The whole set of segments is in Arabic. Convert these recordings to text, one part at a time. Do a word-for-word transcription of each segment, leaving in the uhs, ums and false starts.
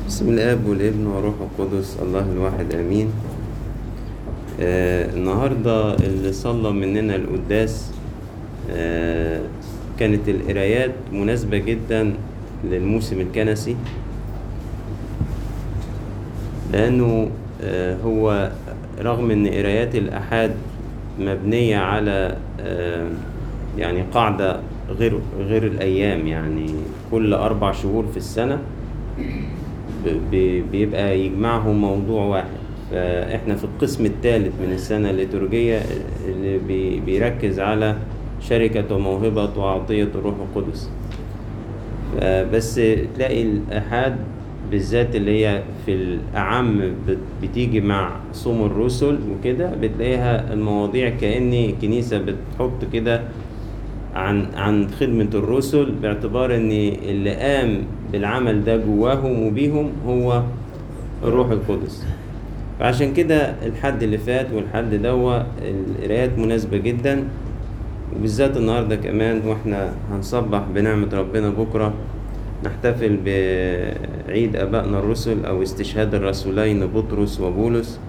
بسم الآب والابن والروح القدس الله الواحد آمين. آه النهاردة اللي صلى مننا القداس آه كانت القرايات مناسبة جدا للموسم الكنسي، لأنه آه هو رغم أن قرايات الأحاد مبنية على آه يعني قاعدة غير غير الأيام، يعني كل أربع شهور في السنة بيبقى يجمعهم موضوع واحد. فإحنا في القسم الثالث من السنة الليتورجية اللي بيركز على شركة وموهبة وعطية الروح القدس. بس تلاقي الأحاد بالذات اللي هي في الأعم بتيجي مع صوم الرسل وكده، بتلاقيها المواضيع كأن الكنيسة بتحط كده عن عن خدمة الرسل، باعتبار ان اللي قام بالعمل ده جواهم وبيهم هو الروح القدس. فعشان كده الحد اللي فات والحد دوا القرايات مناسبة جدا، وبالذات النهاردة كمان واحنا هنصبح بنعمة ربنا بكرة نحتفل بعيد أبائنا الرسل أو استشهاد الرسولين بطرس وبولس.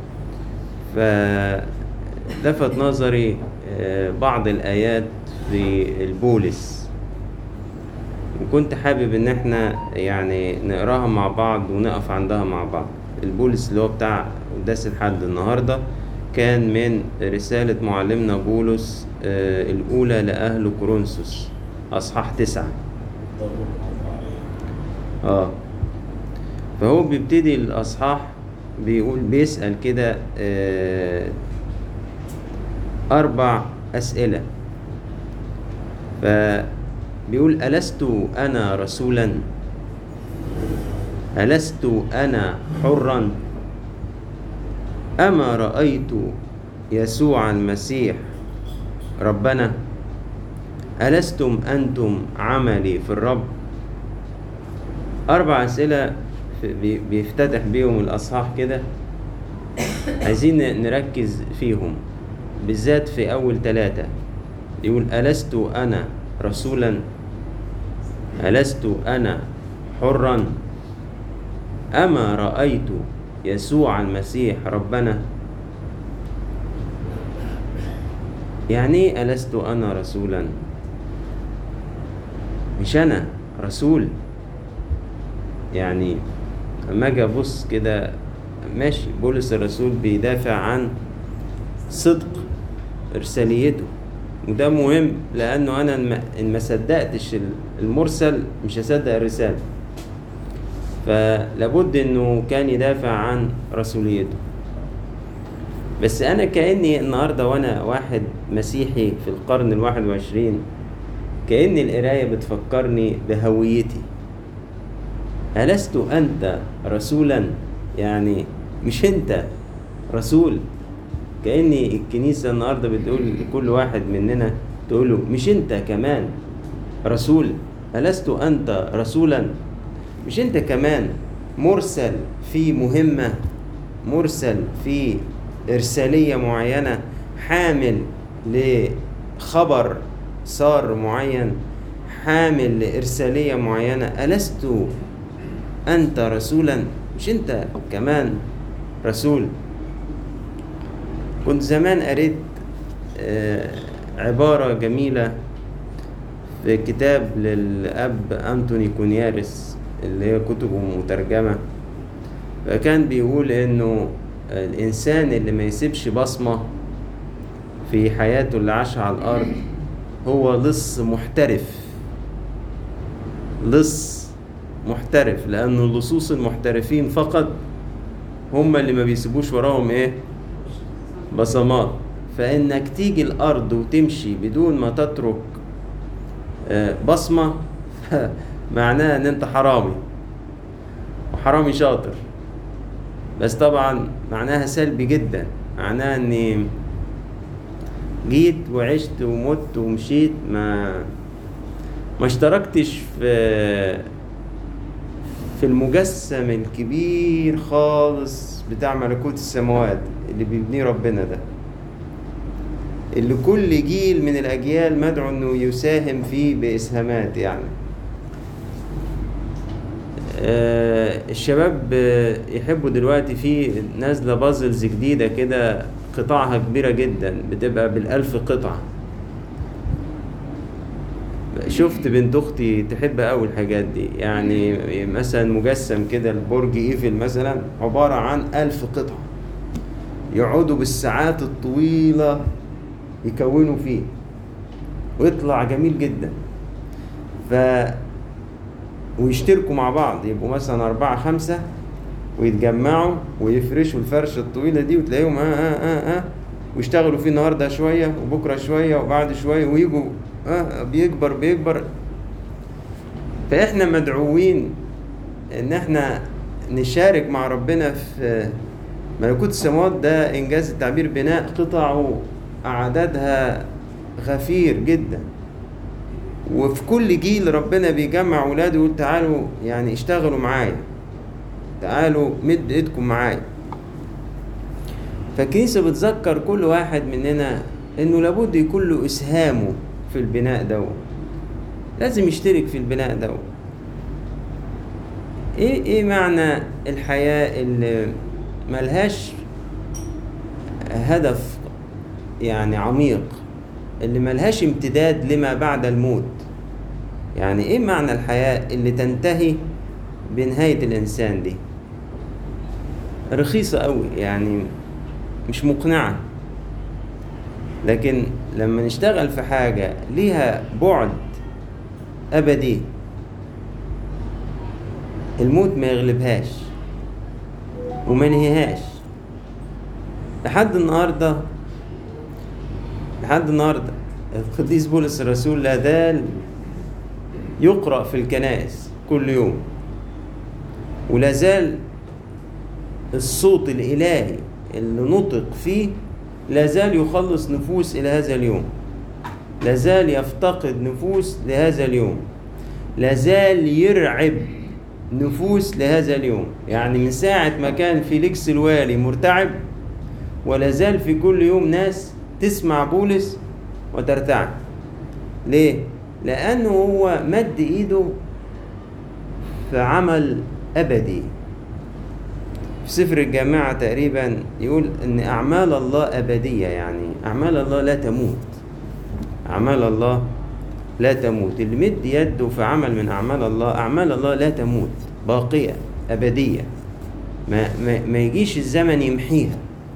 فلفت نظري بعض الآيات في البولس، وكنت حابب ان احنا يعني نقراها مع بعض ونقف عندها مع بعض. البولس اللي هو بتاع قداس الحد النهارده كان من رسالة معلمنا بولس آه الأولى لأهل كورنثوس أصحاح تسعة. اه فهو بيبتدي الأصحاح بيقول بيسأل كده آه أربع أسئلة. فبيقول: ألست أنا رسولا؟ ألست أنا حرا؟ أما رأيت يسوع المسيح ربنا؟ ألستم أنتم عملي في الرب؟ أربع أسئلة بيفتتح بيهم الأصحاح كده، عايزين نركز فيهم بالذات في أول ثلاثة. يقول: ألست أنا رسولا؟ ألست أنا حرا؟ أما رأيت يسوع المسيح ربنا؟ يعني ألست أنا رسولا؟ مش أنا رسول؟ يعني أما أجي أبص كده ماشي، بولس الرسول بيدافع عن صدق إرساليته، وده مهم لأنه أنا إن ما صدقتش المرسل مش هصدق الرسالة، فلابد إنه كان يدافع عن رسوليته. بس أنا كأني النهاردة وأنا واحد مسيحي في القرن الواحد وعشرين، كأن القراية بتفكرني بهويتي. ألست أنت رسولا؟ يعني مش أنت رسول؟ كأني الكنيسة النهاردة بتقول لكل واحد مننا، تقوله مش أنت كمان رسول؟ ألست أنت رسولا؟ مش أنت كمان مرسل في مهمة، مرسل في إرسالية معينة، حامل لخبر صار معين، حامل لإرسالية معينة؟ ألست أنت رسولا؟ مش أنت كمان رسول؟ كنت زمان قريت عبارة جميلة في كتاب للأب أنتوني كونيارس اللي هي كتبه مترجمة، فكان بيقول إنه الإنسان اللي ما يسيبش بصمة في حياته اللي عاشها على الأرض هو لص محترف. لص محترف، لأنه اللصوص المحترفين فقط هم اللي ما بيسيبوش وراهم إيه؟ بصمات. فإنك تيجي الأرض وتمشي بدون ما تترك بصمة معناه إن أنت حرامي، وحرامي شاطر. بس طبعا معناها سلبي جدا، معناها إني جيت وعشت ومت ومشيت، ما ما اشتركتش في في المجسم الكبير خالص بتاع ملكوت السماوات اللي بيبنيه ربنا ده، اللي كل جيل من الأجيال مدعو إنه يساهم فيه بإسهامات. يعني آه الشباب آه، يحبوا دلوقتي في نازلة بازلز جديدة كده، قطعها كبيرة جدا، بتبقى بالألف قطعة. شفت بنت اختي تحب قوي الحاجات دي، يعني مثلا مجسم كده البرج ايفل مثلا عبارة عن ألف قطعة، يقعدوا بالساعات الطويلة يكونوا فيه ويطلع جميل جدا. ف ويشتركوا مع بعض، يبقوا مثلا أربعة خمسة ويتجمعوا ويفرشوا الفرشة الطويلة دي، وتلاقيهم آه آه آه آه ويشتغلوا فيه النهاردة شوية وبكرة شوية وبعد شوية، ويجوا آه بيكبر بيكبر. فإحنا مدعوين إن إحنا نشارك مع ربنا في ملكوت السماوات. ده إنجاز التعبير، بناء قطع عددها غفير جدا، وفي كل جيل ربنا بيجمع ولاده ويقول تعالوا يعني اشتغلوا معايا، تعالوا مد ايدكم معايا. فالكنيسة بتذكر كل واحد مننا انه لابد يكون له اسهامه في البناء ده، لازم يشترك في البناء ده. ايه ايه معنى الحياة اللي ملهاش هدف يعني عميق، اللي ملهاش امتداد لما بعد الموت؟ يعني ايه معنى الحياة اللي تنتهي بنهاية الانسان دي؟ رخيصة قوي، يعني مش مقنعة. لكن لما نشتغل في حاجة ليها بعد أبدي، الموت ما يغلبهاش وما ينهيهاش. لحد النهاردة لحد النهاردة القديس بولس الرسول لا زال يقرأ في الكنائس كل يوم، ولا زال الصوت الإلهي اللي نطق فيه لا زال يخلص نفوس إلى هذا اليوم، لا زال يفتقد نفوس لهذا اليوم، لا زال يرعب نفوس لهذا اليوم. يعني من ساعة ما كان فيليكس الوالي مرتعب، ولا زال في كل يوم ناس تسمع بولس وترتعب. ليه؟ لأنه هو مد إيده في عمل أبدي. في سفر الجامعة تقريبا يقول إن أعمال الله أبدية، يعني أعمال الله لا تموت، أعمال الله لا تموت. اللي مد يده في عمل من أعمال الله، أعمال الله لا تموت، باقية أبدية، ما, ما, ما يجيش الزمن يمحيها.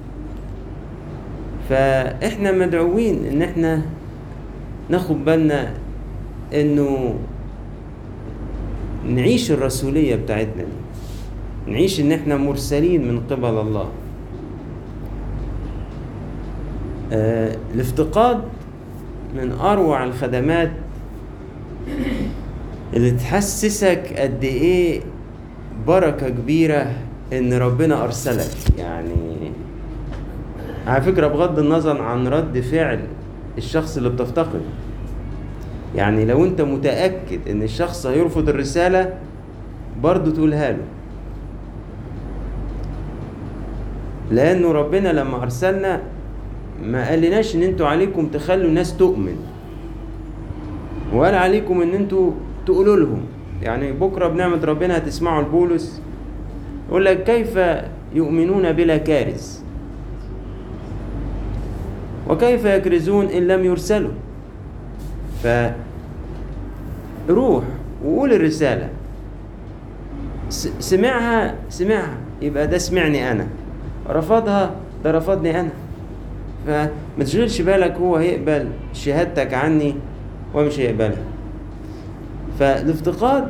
فإحنا مدعوين إن إحنا ناخد بالنا إنه نعيش الرسولية بتاعتنا دي، نعيش إن إحنا مرسلين من قبل الله. آه الافتقاد من أروع الخدمات اللي تحسسك قد إيه بركة كبيرة إن ربنا أرسلك. يعني على فكرة بغض النظر عن رد فعل الشخص اللي بتفتقد، يعني لو أنت متأكد إن الشخص هيرفض الرسالة برضو تقولها له، لأنه ربنا لما أرسلنا ما قالناش إن أنتوا عليكم تخلوا ناس تؤمن، وقال عليكم إن أنتوا تقولوا لهم. يعني بكرة بنعمة ربنا هتسمعوا البولس يقول لك كيف يؤمنون بلا كارز، وكيف يكرزون إن لم يرسلوا. فروح وقول الرسالة، سمعها سمعها يبقى ده سمعني أنا، رفضها ده رفضني أنا. فما تشغلش بالك هو هيقبل شهادتك عني ومش هيقبلها. فالافتقاد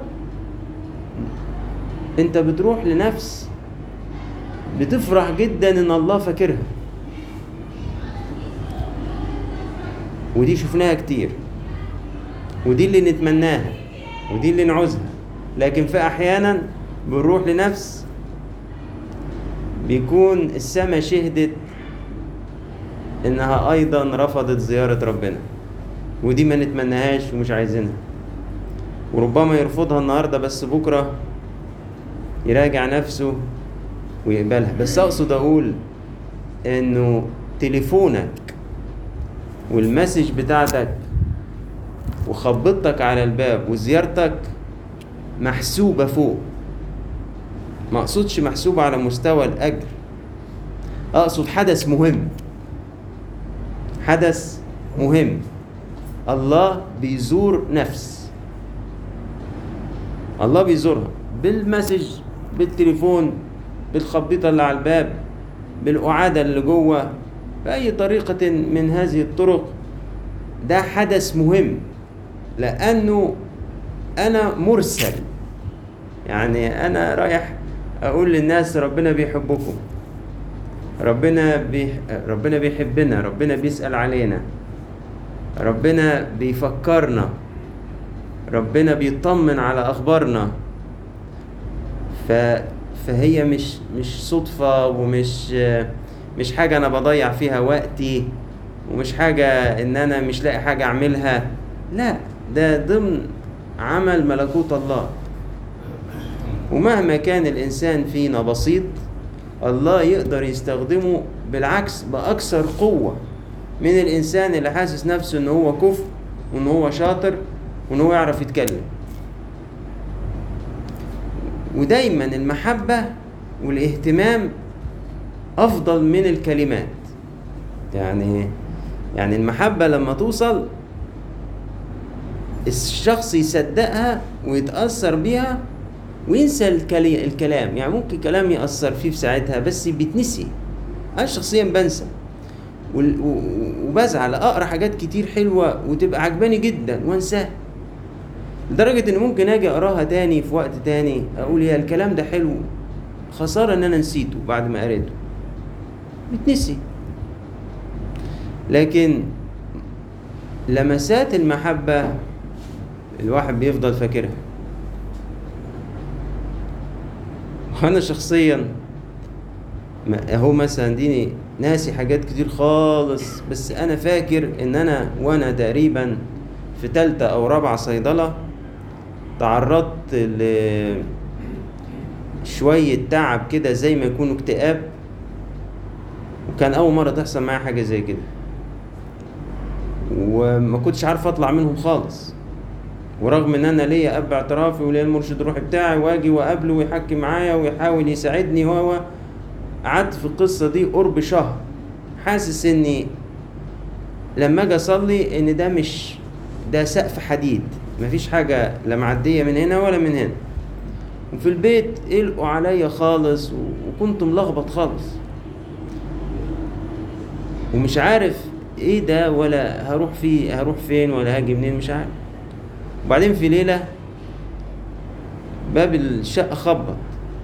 انت بتروح لنفس بتفرح جدا ان الله فاكرها، ودي شفناها كتير، ودي اللي نتمناها، ودي اللي نعوزها. لكن في احيانا بنروح لنفس بيكون السماء شهدت انها ايضا رفضت زيارة ربنا، ودي ما نتمناهاش ومش عايزينها، وربما يرفضها النهاردة بس بكرة يراجع نفسه ويقبلها. بس اقصد اقول انه تليفونك والمسج بتاعتك وخبطتك على الباب وزيارتك محسوبة فوق، ما أقصدش محسوبة على مستوى الأجر، أقصد حدث مهم، حدث مهم. الله بيزور نفس، الله بيزورها بالمسج، بالتليفون، بالخبيطة اللي على الباب، بالقعادة اللي جوه، بأي طريقة من هذه الطرق. ده حدث مهم لأنه أنا مرسل، يعني أنا رايح أقول للناس ربنا بيحبكم، ربنا بيح... ربنا بيحبنا، ربنا بيسأل علينا، ربنا بيفكرنا، ربنا بيطمن على أخبارنا. ف... فهي مش مش صدفة، ومش مش حاجة أنا بضيع فيها وقتي، ومش حاجة إن أنا مش لاقي حاجة أعملها. لا، ده ضمن عمل ملكوت الله. ومهما كان الإنسان فينا بسيط، الله يقدر يستخدمه بالعكس بأكثر قوة من الإنسان اللي حاسس نفسه إنه هو كفء، وإنه هو شاطر، وإنه هو يعرف يتكلم. ودايما المحبة والاهتمام أفضل من الكلمات. يعني يعني المحبة لما توصل الشخص يصدقها ويتأثر بيها وينسى الكلام. يعني ممكن كلام يأثر فيه في ساعتها بس بيتنسي. أنا شخصيا بنسى وبزعل، أقرأ حاجات كتير حلوة وتبقى عجباني جدا وانساها، لدرجة إن ممكن أجي أقراها تاني في وقت تاني أقول يا الكلام ده حلو، خسارة إن أنا نسيته بعد ما قريته، بتنسي. لكن لمسات المحبة الواحد بيفضل فاكرها. وأنا شخصيا أهو مثلا ديني ناسي حاجات كتير خالص، بس أنا فاكر إن أنا وأنا تقريبا في تالتة أو رابعة صيدلة تعرضت لشوية تعب كده زي ما يكونوا اكتئاب، وكان أول مرة تحصل معايا حاجة زي كده، وما كنتش عارف أطلع منهم خالص. ورغم ان انا ليا اب اعترافي وليا المرشد الروحي بتاعي واجي واقابله ويحكي معايا ويحاول يساعدني، هو قعدت في القصه دي قرب شهر حاسس اني لما اجي اصلي ان ده مش ده سقف حديد، مفيش حاجه لا معديه من هنا ولا من هنا. وفي البيت قلقوا عليا خالص وكنت ملخبط خالص ومش عارف ايه ده، ولا هروح فيه هروح فين ولا هاجي منين، مش عارف. وبعدين في ليلة باب الشقة خبط،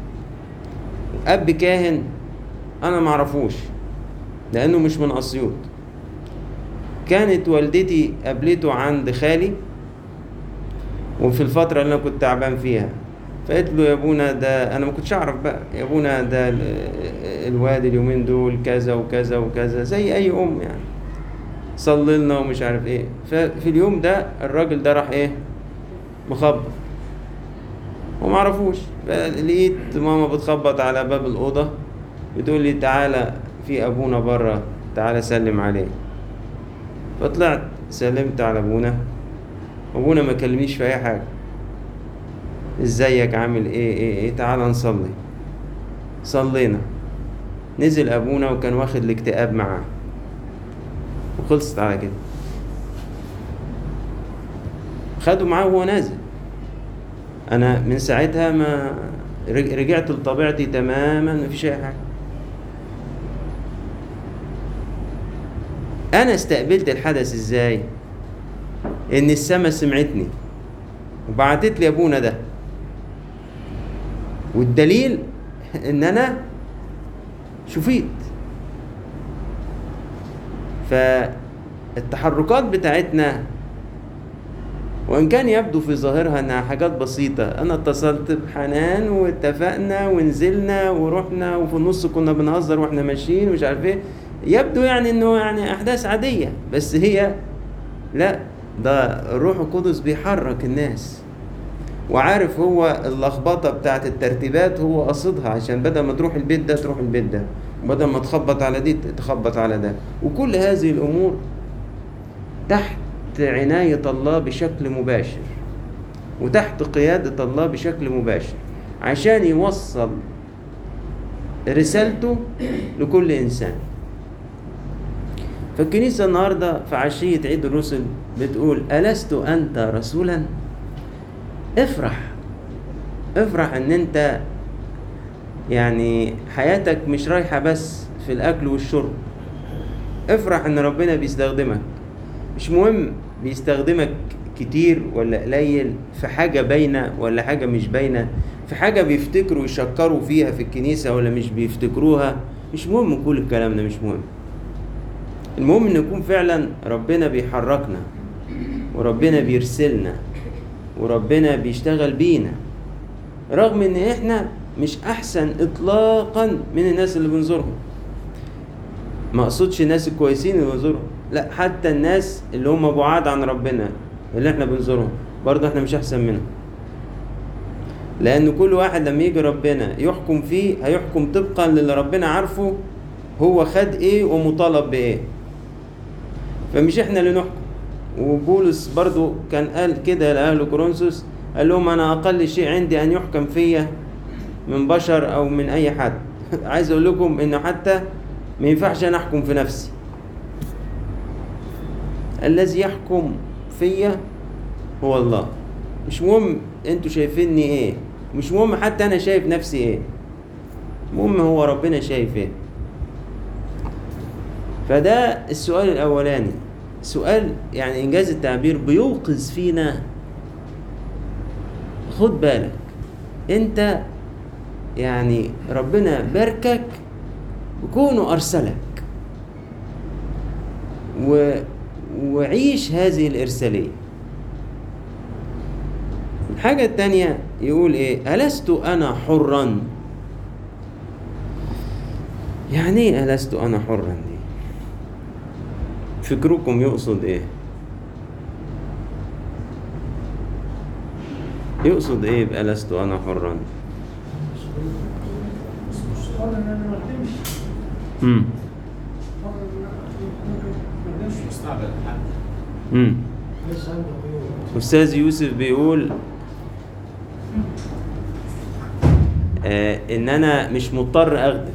أب كاهن أنا معرفوش لأنه مش من أسيوط، كانت والدتي قابلته عند خالي وفي الفترة اللي أنا كنت تعبان فيها، فقلت له يا ابونا ده أنا ما كنتش أعرف بقى، يا ابونا ده الواد اليومين دول كذا وكذا وكذا زي أي أم يعني، صلي لنا ومش عارف إيه. ففي اليوم ده الراجل ده راح إيه مخبط وما عرفوش. لقيت ماما بتخبط على باب الأوضة بتقول لي تعالى في أبونا برا، تعالى سلم عليه. فطلعت سلمت على أبونا، أبونا ما كلمنيش في أي حاجة، إزيك عامل إيه إيه إيه تعالى نصلي. صلينا، نزل أبونا وكان واخد الاكتئاب معاه وخلصت على كده. خدوا معاه وهو نازل. انا من ساعتها ما رجعت لطبيعتي تماما، ما فيش اي حاجه. انا استقبلت الحدث ازاي؟ ان السماء سمعتني وبعتت لي ابونا ده، والدليل ان انا شفيت. فالتحركات بتاعتنا وإن كان يبدو في ظاهرها أنها حاجات بسيطة، أنا اتصلت بحنان واتفقنا ونزلنا ورحنا وفي النص كنا بنهزر وإحنا ماشيين ومش عارف إيه، يبدو يعني إنه يعني أحداث عادية، بس هي لا، ده الروح القدس بيحرك الناس وعارف هو اللخبطة بتاعت الترتيبات هو قصدها، عشان بدل ما تروح البيت ده تروح البيت ده، وبدل ما تخبط على دي تخبط على ده. وكل هذه الأمور تحت عناية الله بشكل مباشر وتحت قيادة الله بشكل مباشر، عشان يوصل رسالته لكل إنسان. فالكنيسة النهاردة في عشية عيد الرسل بتقول ألست أنت رسولا؟ افرح افرح ان انت يعني حياتك مش رايحة بس في الأكل والشرب. افرح ان ربنا بيستخدمك، مش مهم بيستخدمك كتير ولا قليل، في حاجة باينة ولا حاجة مش باينة، في حاجة بيفتكروا يشكروا فيها في الكنيسة ولا مش بيفتكروها، مش مهم كل الكلام ده، مش مهم. المهم ان يكون فعلا ربنا بيحركنا وربنا بيرسلنا وربنا بيشتغل بينا، رغم ان احنا مش احسن اطلاقا من الناس اللي بنزورهم. ما اقصدش الناس الكويسين اللي بنزورهم، لا، حتى الناس اللي هم بعاد عن ربنا اللي احنا بنزورهم برضه احنا مش احسن منهم، لان كل واحد لما يجي ربنا يحكم فيه هيحكم طبقا للي ربنا عارفه هو خد ايه ومطالب بايه، فمش احنا اللي نحكم. وبولس برضو كان قال كده لأهل كورنثوس، قال لهم أنا أقل شيء عندي أن يحكم فيا من بشر أو من أي حد. عايز أقول لكم إنه حتى ما ينفعش أنا أحكم في نفسي، الذي يحكم فيا هو الله. مش مهم أنتوا شايفيني إيه، مش مهم حتى أنا شايف نفسي إيه، المهم هو ربنا شايف إيه. فده السؤال الأولاني، سؤال يعني إنجاز التعبير بيوقظ فينا، خد بالك أنت يعني ربنا باركك وكونه أرسلك و... وعيش هذه الإرسالية. الحاجة التانية يقول إيه؟ ألست أنا حرا؟ يعني إيه ألست أنا حرا دي؟ فكركم يقصد إيه؟ يقصد إيه بألست أنا حرا؟ امم امم أستاذ يوسف بيقول آه إن أنا مش مضطر أخدم،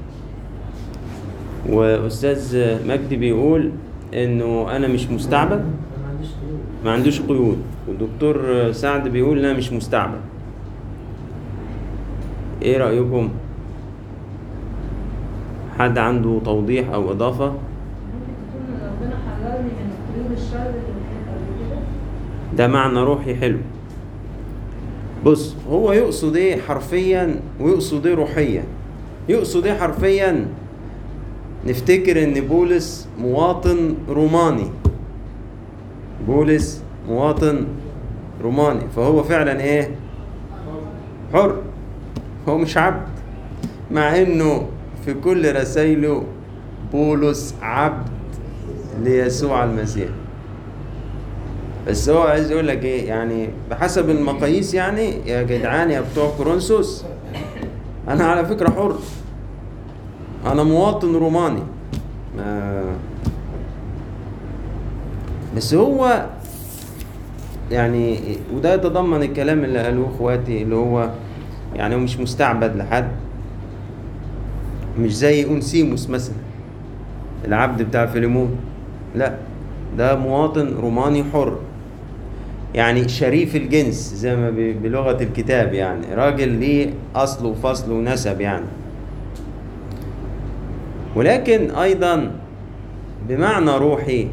وأستاذ مجدي بيقول إنه أنا مش مستعبد، ما عندوش قيود، والدكتور سعد بيقول إن أنا مش مستعبد. إيه رأيكم؟ حد عنده توضيح أو إضافة؟ ممكن تكون ربنا حررني من قيود الشر اللي كانت قبل كده. ده معنى روحي حلو. بص، هو يقصد ايه حرفيا ويقصد ايه روحيا. يقصد ايه حرفيا؟ نفتكر ان بولس مواطن روماني، بولس مواطن روماني، فهو فعلا ايه؟ حر، هو مش عبد، مع انه في كل رسائله بولس عبد ليسوع المسيح. بس هو عايز يقول لك ايه يعني بحسب المقاييس، يعني يا جدعان يا بتوع كورنثوس، انا على فكرة حر، انا مواطن روماني. ما بس هو يعني، وده يتضمن الكلام اللي قالوه اخواتي، اللي هو يعني هو مش مستعبد لحد، مش زي أونسيموس مثلا العبد بتاع فيليمون، لا، ده مواطن روماني حر، يعني شريف الجنس زي ما بلغة الكتاب، يعني راجل ليه أصل وفصل ونسب يعني. ولكن أيضا بمعنى روحي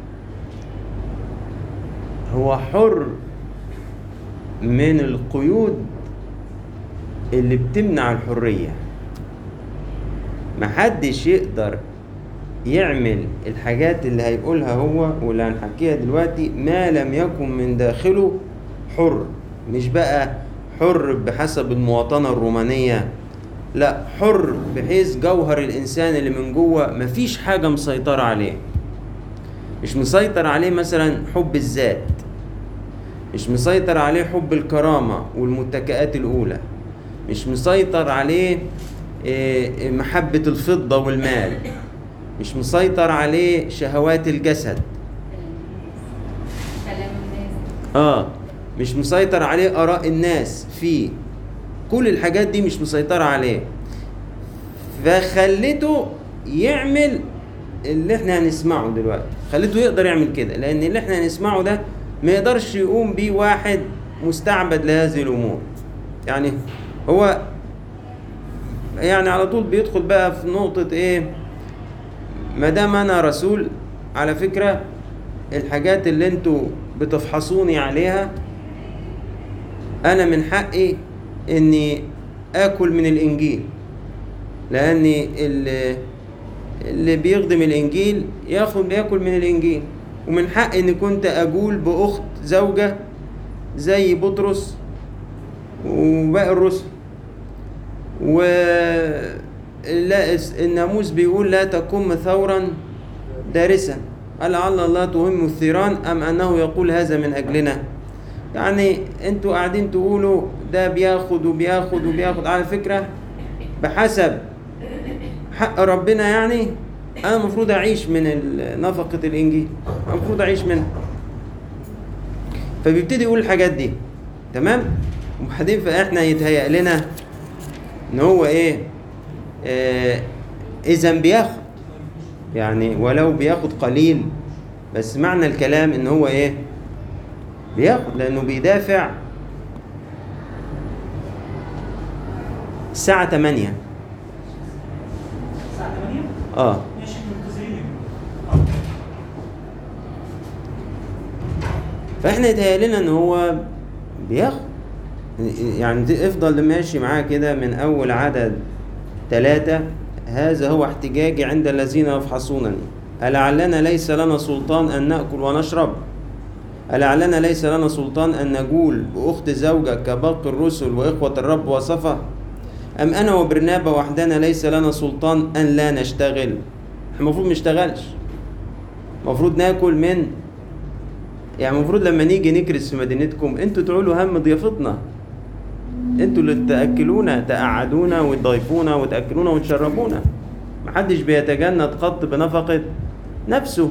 هو حر من القيود اللي بتمنع الحرية. محدش يقدر يعمل الحاجات اللي هيقولها هو واللي هنحكيها دلوقتي ما لم يكن من داخله حر. مش بقى حر بحسب المواطنة الرومانية، لا، حر بحيث جوهر الإنسان اللي من جوه مفيش حاجة مسيطرة عليه. مش مسيطر عليه مثلا حب الذات، مش مسيطر عليه حب الكرامة والمتكئات الأولى، مش مسيطر عليه محبة الفضة والمال، مش مسيطر عليه شهوات الجسد، كلام الناس، اه مش مسيطر عليه آراء الناس فيه، كل الحاجات دي مش مسيطرة عليه. فخليته يعمل اللي احنا هنسمعه دلوقتي، خليته يقدر يعمل كده، لان اللي احنا هنسمعه ده ما يقدرش يقوم بيه واحد مستعبد لهذه الامور. يعني هو يعني على طول بيدخل بقى في نقطة ايه، ما دام انا رسول، على فكرة الحاجات اللي انتوا بتفحصوني عليها انا من حقي اني اكل من الانجيل، لان اللي, اللي بيخدم الانجيل ياخد ياكل من الانجيل، ومن حقي اني كنت اقول باخت زوجة زي بطرس وباقي الرسل. والناموس بيقول لا تكن ثورا دارسا، لعل الله تهم الثيران ام انه يقول هذا من اجلنا. يعني انتوا قاعدين تقولوا ده بياخد وبياخد وبياخد، على فكرة بحسب حق ربنا يعني انا المفروض اعيش من نفقة الانجيل، المفروض اعيش منه. فبيبتدي يقول الحاجات دي، تمام. وبعدين فاحنا يتهيأ لنا ان هو ايه، آه اذا بياخد يعني ولو بياخد قليل، بس معنى الكلام ان هو ايه بياخد، لانه بيدافع. الساعة تمانية الساعة تمانية؟ اه ماشي منتظرين. فاحنا يتهيأ لنا ان هو بياخد، يعني افضل ماشي معاه كده من اول عدد ثلاثة. هذا هو احتجاجي عند الذين يفحصونني، ألعلنا ليس لنا سلطان أن نأكل ونشرب؟ ألعلنا ليس لنا سلطان أن نقول بأخت زوجة كباقي الرسل وإخوة الرب وصفة؟ أم أنا وبرنابا وحدنا ليس لنا سلطان أن لا نشتغل؟ المفروض نشتغلش، المفروض ناكل من، يعني المفروض لما نيجي نكرس في مدينتكم انتوا تعولوا هم ضيافتنا، انتوا اللي تأكلونا تقعدونا وتضيفونا وتأكلونا وتشربونا. محدش بيتجند قط بنفقة نفسه.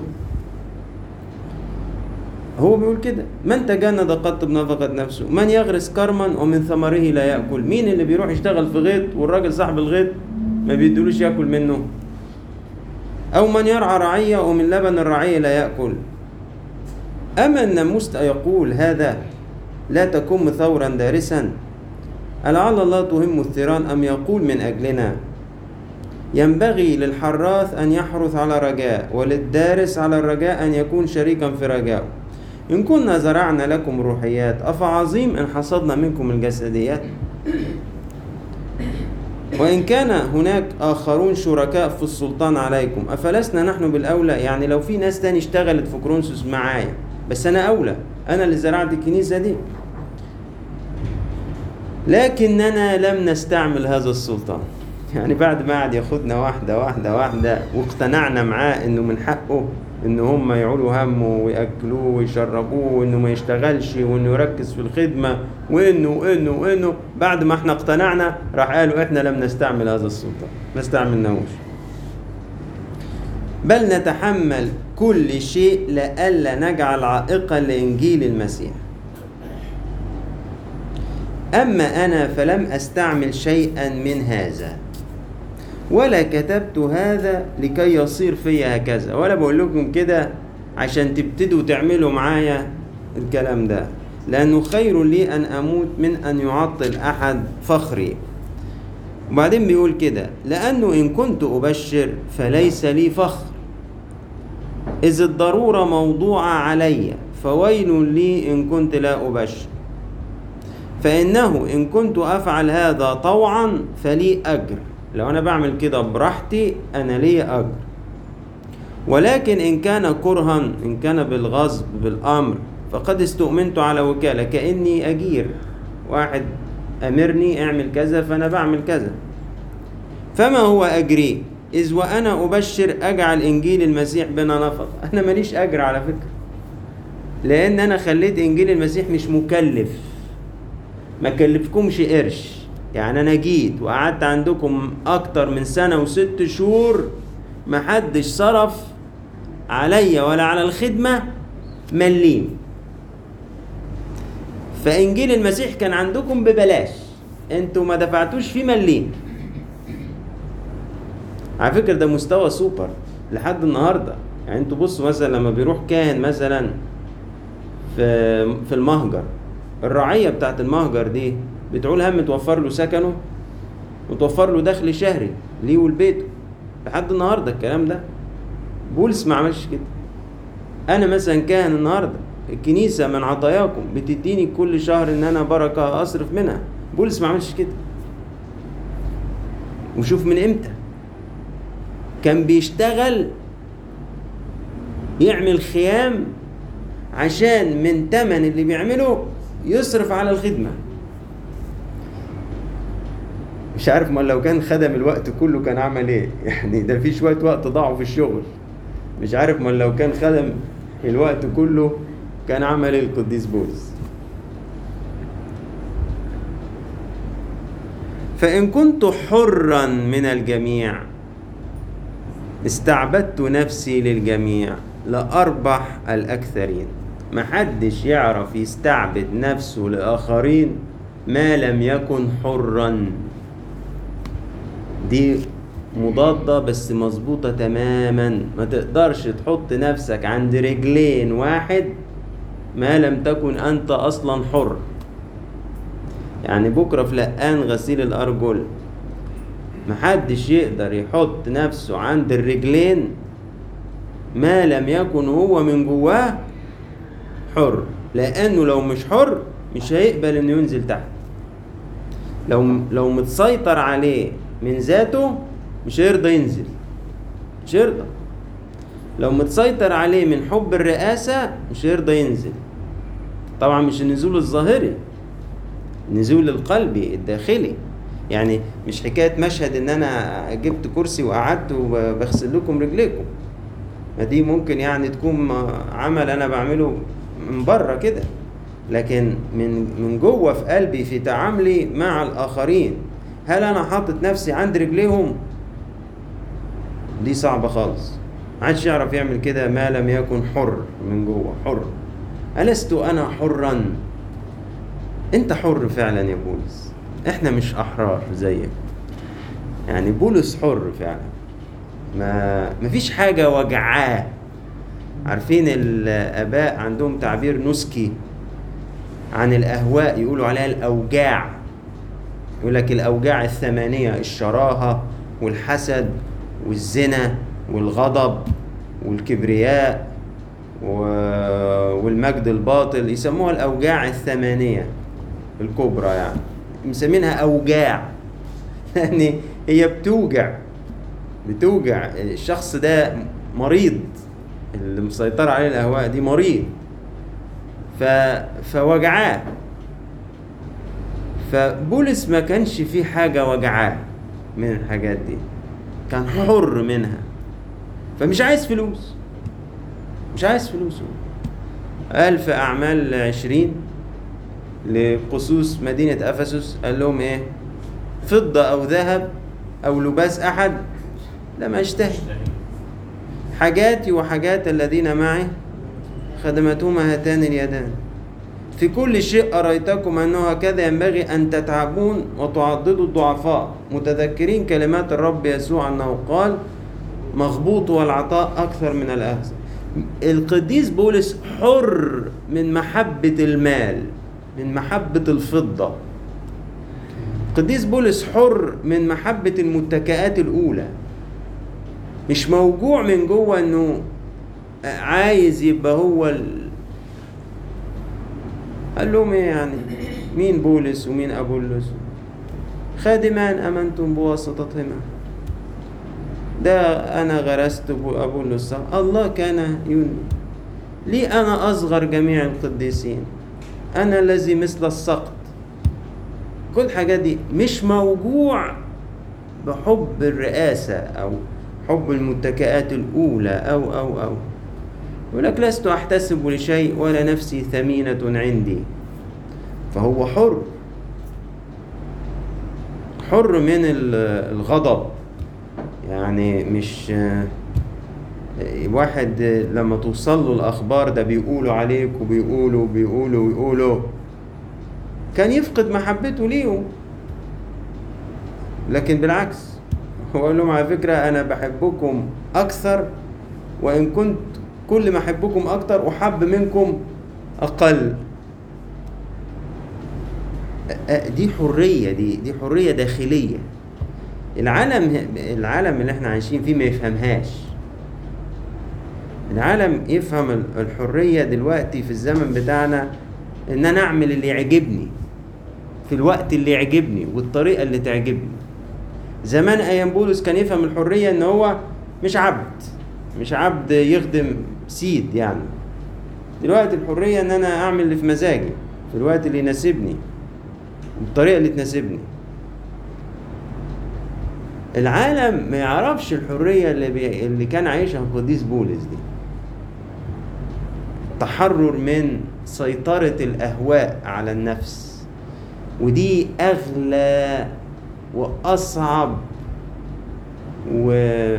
هو بيقول كده، من تجند قط بنفقة نفسه، من يغرس كرما ومن ثمره لا يأكل. مين اللي بيروح يشتغل في غيط والراجل صاحب الغيط ما بيدولوش يأكل منه؟ أو من يرعى رعية ومن لبن الرعية لا يأكل. أما الناموس يقول هذا لا تكن ثورا دارسا، ألعل الله تهم الثيران أم يقول من أجلنا؟ ينبغي للحراث أن يحرث على رجاء، وللدارس على الرجاء أن يكون شريكا في رجاء. إن كنا زرعنا لكم روحيات أفعظيم إن حصدنا منكم الجسديات. وإن كان هناك آخرون شركاء في السلطان عليكم أفلسنا نحن بالأولى؟ يعني لو في ناس تاني اشتغلت في كورنثوس معايا، بس أنا أولى، أنا اللي زرعت الكنيسة دي، لكننا لم نستعمل هذا السلطان. يعني بعد ما قعد ياخدنا واحدة واحدة واحدة واقتنعنا معاه إنه من حقه إن هم يعولوا همه ويأكلوه ويشربوه، وإنه ما يشتغلش وإنه يركز في الخدمة وإنه وإنه وإنه بعد ما إحنا اقتنعنا راح قالوا إحنا لم نستعمل هذا السلطان، ما استعملناهوش، بل نتحمل كل شيء لئلا نجعل عائقا لإنجيل المسيح. أما أنا فلم أستعمل شيئا من هذا، ولا كتبت هذا لكي يصير فيا هكذا، ولا بقول لكم كده عشان تبتدوا تعملوا معايا الكلام ده، لأنه خير لي أن أموت من أن يعطل أحد فخري. وبعدين بيقول كده، لأنه إن كنت أبشر فليس لي فخر، إذ الضرورة موضوعة علي، فويل لي إن كنت لا أبشر. فإنه إن كنت أفعل هذا طوعا فلي أجر، لو أنا بعمل كده براحتي أنا لي أجر. ولكن إن كان كرها، إن كان بالغصب بالأمر، فقد استؤمنت على وكالة، كأني أجير واحد أمرني اعمل كذا فأنا بعمل كذا. فما هو أجري؟ إذ وأنا أبشر أجعل إنجيل المسيح بنا نفق. أنا ماليش أجر على فكرة، لأن أنا خليت إنجيل المسيح مش مكلف، ما كلفكمش قرش. يعني أنا جيت وقعدت عندكم أكتر من سنة وست شهور ما حدش صرف عليا ولا على الخدمة مليم. فإنجيل المسيح كان عندكم ببلاش، انتوا ما دفعتوش فيه مليم. على فكرة ده مستوى سوبر لحد النهاردة. يعني انتوا بصوا مثلا لما بيروح كاهن مثلا في في المهجر، الرعية بتاعت المهجر دي بتعول هم توفر له سكنه وتوفر له دخل شهري ليه ولبيته لحد النهاردة الكلام ده. بولس ما عملش كده. انا مثلا كاهن النهاردة، الكنيسة من عطاياكم بتديني كل شهر ان انا بركة اصرف منها. بولس ما عملش كده. وشوف من امتى كان بيشتغل يعمل خيام عشان من تمن اللي بيعمله يصرف على الخدمة. مش عارف ما لو كان خدم الوقت كله كان عمل ايه. يعني ده في شوية وقت ضاعوا في الشغل. مش عارف ما لو كان خدم الوقت كله كان عمل ايه القديس بولس. فإن كنت حرا من الجميع استعبدت نفسي للجميع لأربح الأكثرين. محدش يعرف يستعبد نفسه لآخرين ما لم يكن حرا. دي مضادة بس مظبوطة تماما. ما تقدرش تحط نفسك عند رجلين واحد ما لم تكن أنت أصلا حر. يعني بكرة في لقان غسيل الأرجل محدش يقدر يحط نفسه عند الرجلين ما لم يكن هو من جواه حر، لأنه لو مش حر مش هيقبل إنه ينزل تحت. لو لو متسيطر عليه من ذاته مش هيرضى ينزل، مش هيرضى. لو متسيطر عليه من حب الرئاسة مش هيرضى ينزل. طبعا مش النزول الظاهري، النزول القلبي الداخلي. يعني مش حكاية مشهد ان انا جبت كرسي وقعدت وبغسل لكم رجليكم. ما دي ممكن يعني تكون عمل انا بعمله من بره كده، لكن من من جوه في قلبي في تعاملي مع الاخرين هل انا حاطط نفسي عند رجليهم؟ دي صعبة خالص. محدش يعرف يعمل كده ما لم يكن حر من جوه. حر. ألست أنا حرا؟ أنت حر فعلا يا بولس. إحنا مش أحرار زيك. يعني بولس حر فعلا. ما مفيش حاجة وجعاه. عارفين الآباء عندهم تعبير نسكي عن الأهواء يقولوا عليها الأوجاع. يقول لك الأوجاع الثمانية: الشراهة والحسد والزنا والغضب والكبرياء والمجد الباطل. يسموها الأوجاع الثمانية الكبرى. يعني مسمينها أوجاع يعني هي بتوجع بتوجع الشخص ده مريض. اللي مسيطر عليه الأهواء دي مريض. ف... فوجعاه. فبولس ما كانش فيه حاجة وجعاه من الحاجات دي، كان حر منها. فمش عايز فلوس، مش عايز فلوس. قال في أعمال عشرين لقصوص مدينة أفسس قال لهم إيه؟ فضة أو ذهب أو لباس أحد لم أشتهي، حاجاتي وحاجات الذين معي خدمتهما هاتان اليدان. في كل شيء أريتكم أنه هكذا ينبغي أن تتعبون وتعضدوا الضعفاء، متذكرين كلمات الرب يسوع أنه قال: مغبوط والعطاء أكثر من الأخذ. القديس بولس حر من محبة المال، من محبة الفضة. القديس بولس حر من محبة المتكئات الأولى. مش موجوع من جوه أنه عايز يبقى هو ال... قال لهم ايه يعني؟ مين بولس ومين أبولس؟ خادمان أمنتم بواسطتهما. ده أنا غرست أبولس، الله كان ينمي. لي أنا أصغر جميع القديسين، أنا الذي مثل السقط. كل حاجة دي مش موجوع بحب الرئاسة أو حب المتكئات الأولى أو أو أو يقول لك: لست أحتسب لشيء ولا نفسي ثمينة عندي. فهو حر، حر من الغضب. يعني مش واحد لما توصل له الأخبار ده بيقولوا عليك وبيقولوا بيقولوا ويقولوا كان يفقد محبته ليهم، لكن بالعكس وأقول لهم على فكرة أنا بحبكم أكثر، وإن كنت كل ما أحبكم أكتر أحب منكم أقل. دي حرية، دي دي حرية داخلية. العالم العالم اللي احنا عايشين فيه ما يفهمهاش. العالم يفهم الحرية دلوقتي في الزمن بتاعنا ان انا اعمل اللي يعجبني في الوقت اللي يعجبني والطريقة اللي تعجبني. زمان ايام بولس كان يفهم الحرية ان هو مش عبد مش عبد يخدم سيد يعني. دلوقتي الحرية ان انا اعمل اللي في مزاجي في الوقت اللي يناسبني بالطريقة اللي تناسبني. العالم ما يعرفش الحرية اللي, بي... اللي كان عايشها القديس بولس دي. تحرر من سيطرة الأهواء على النفس، ودي أغلى وأصعب و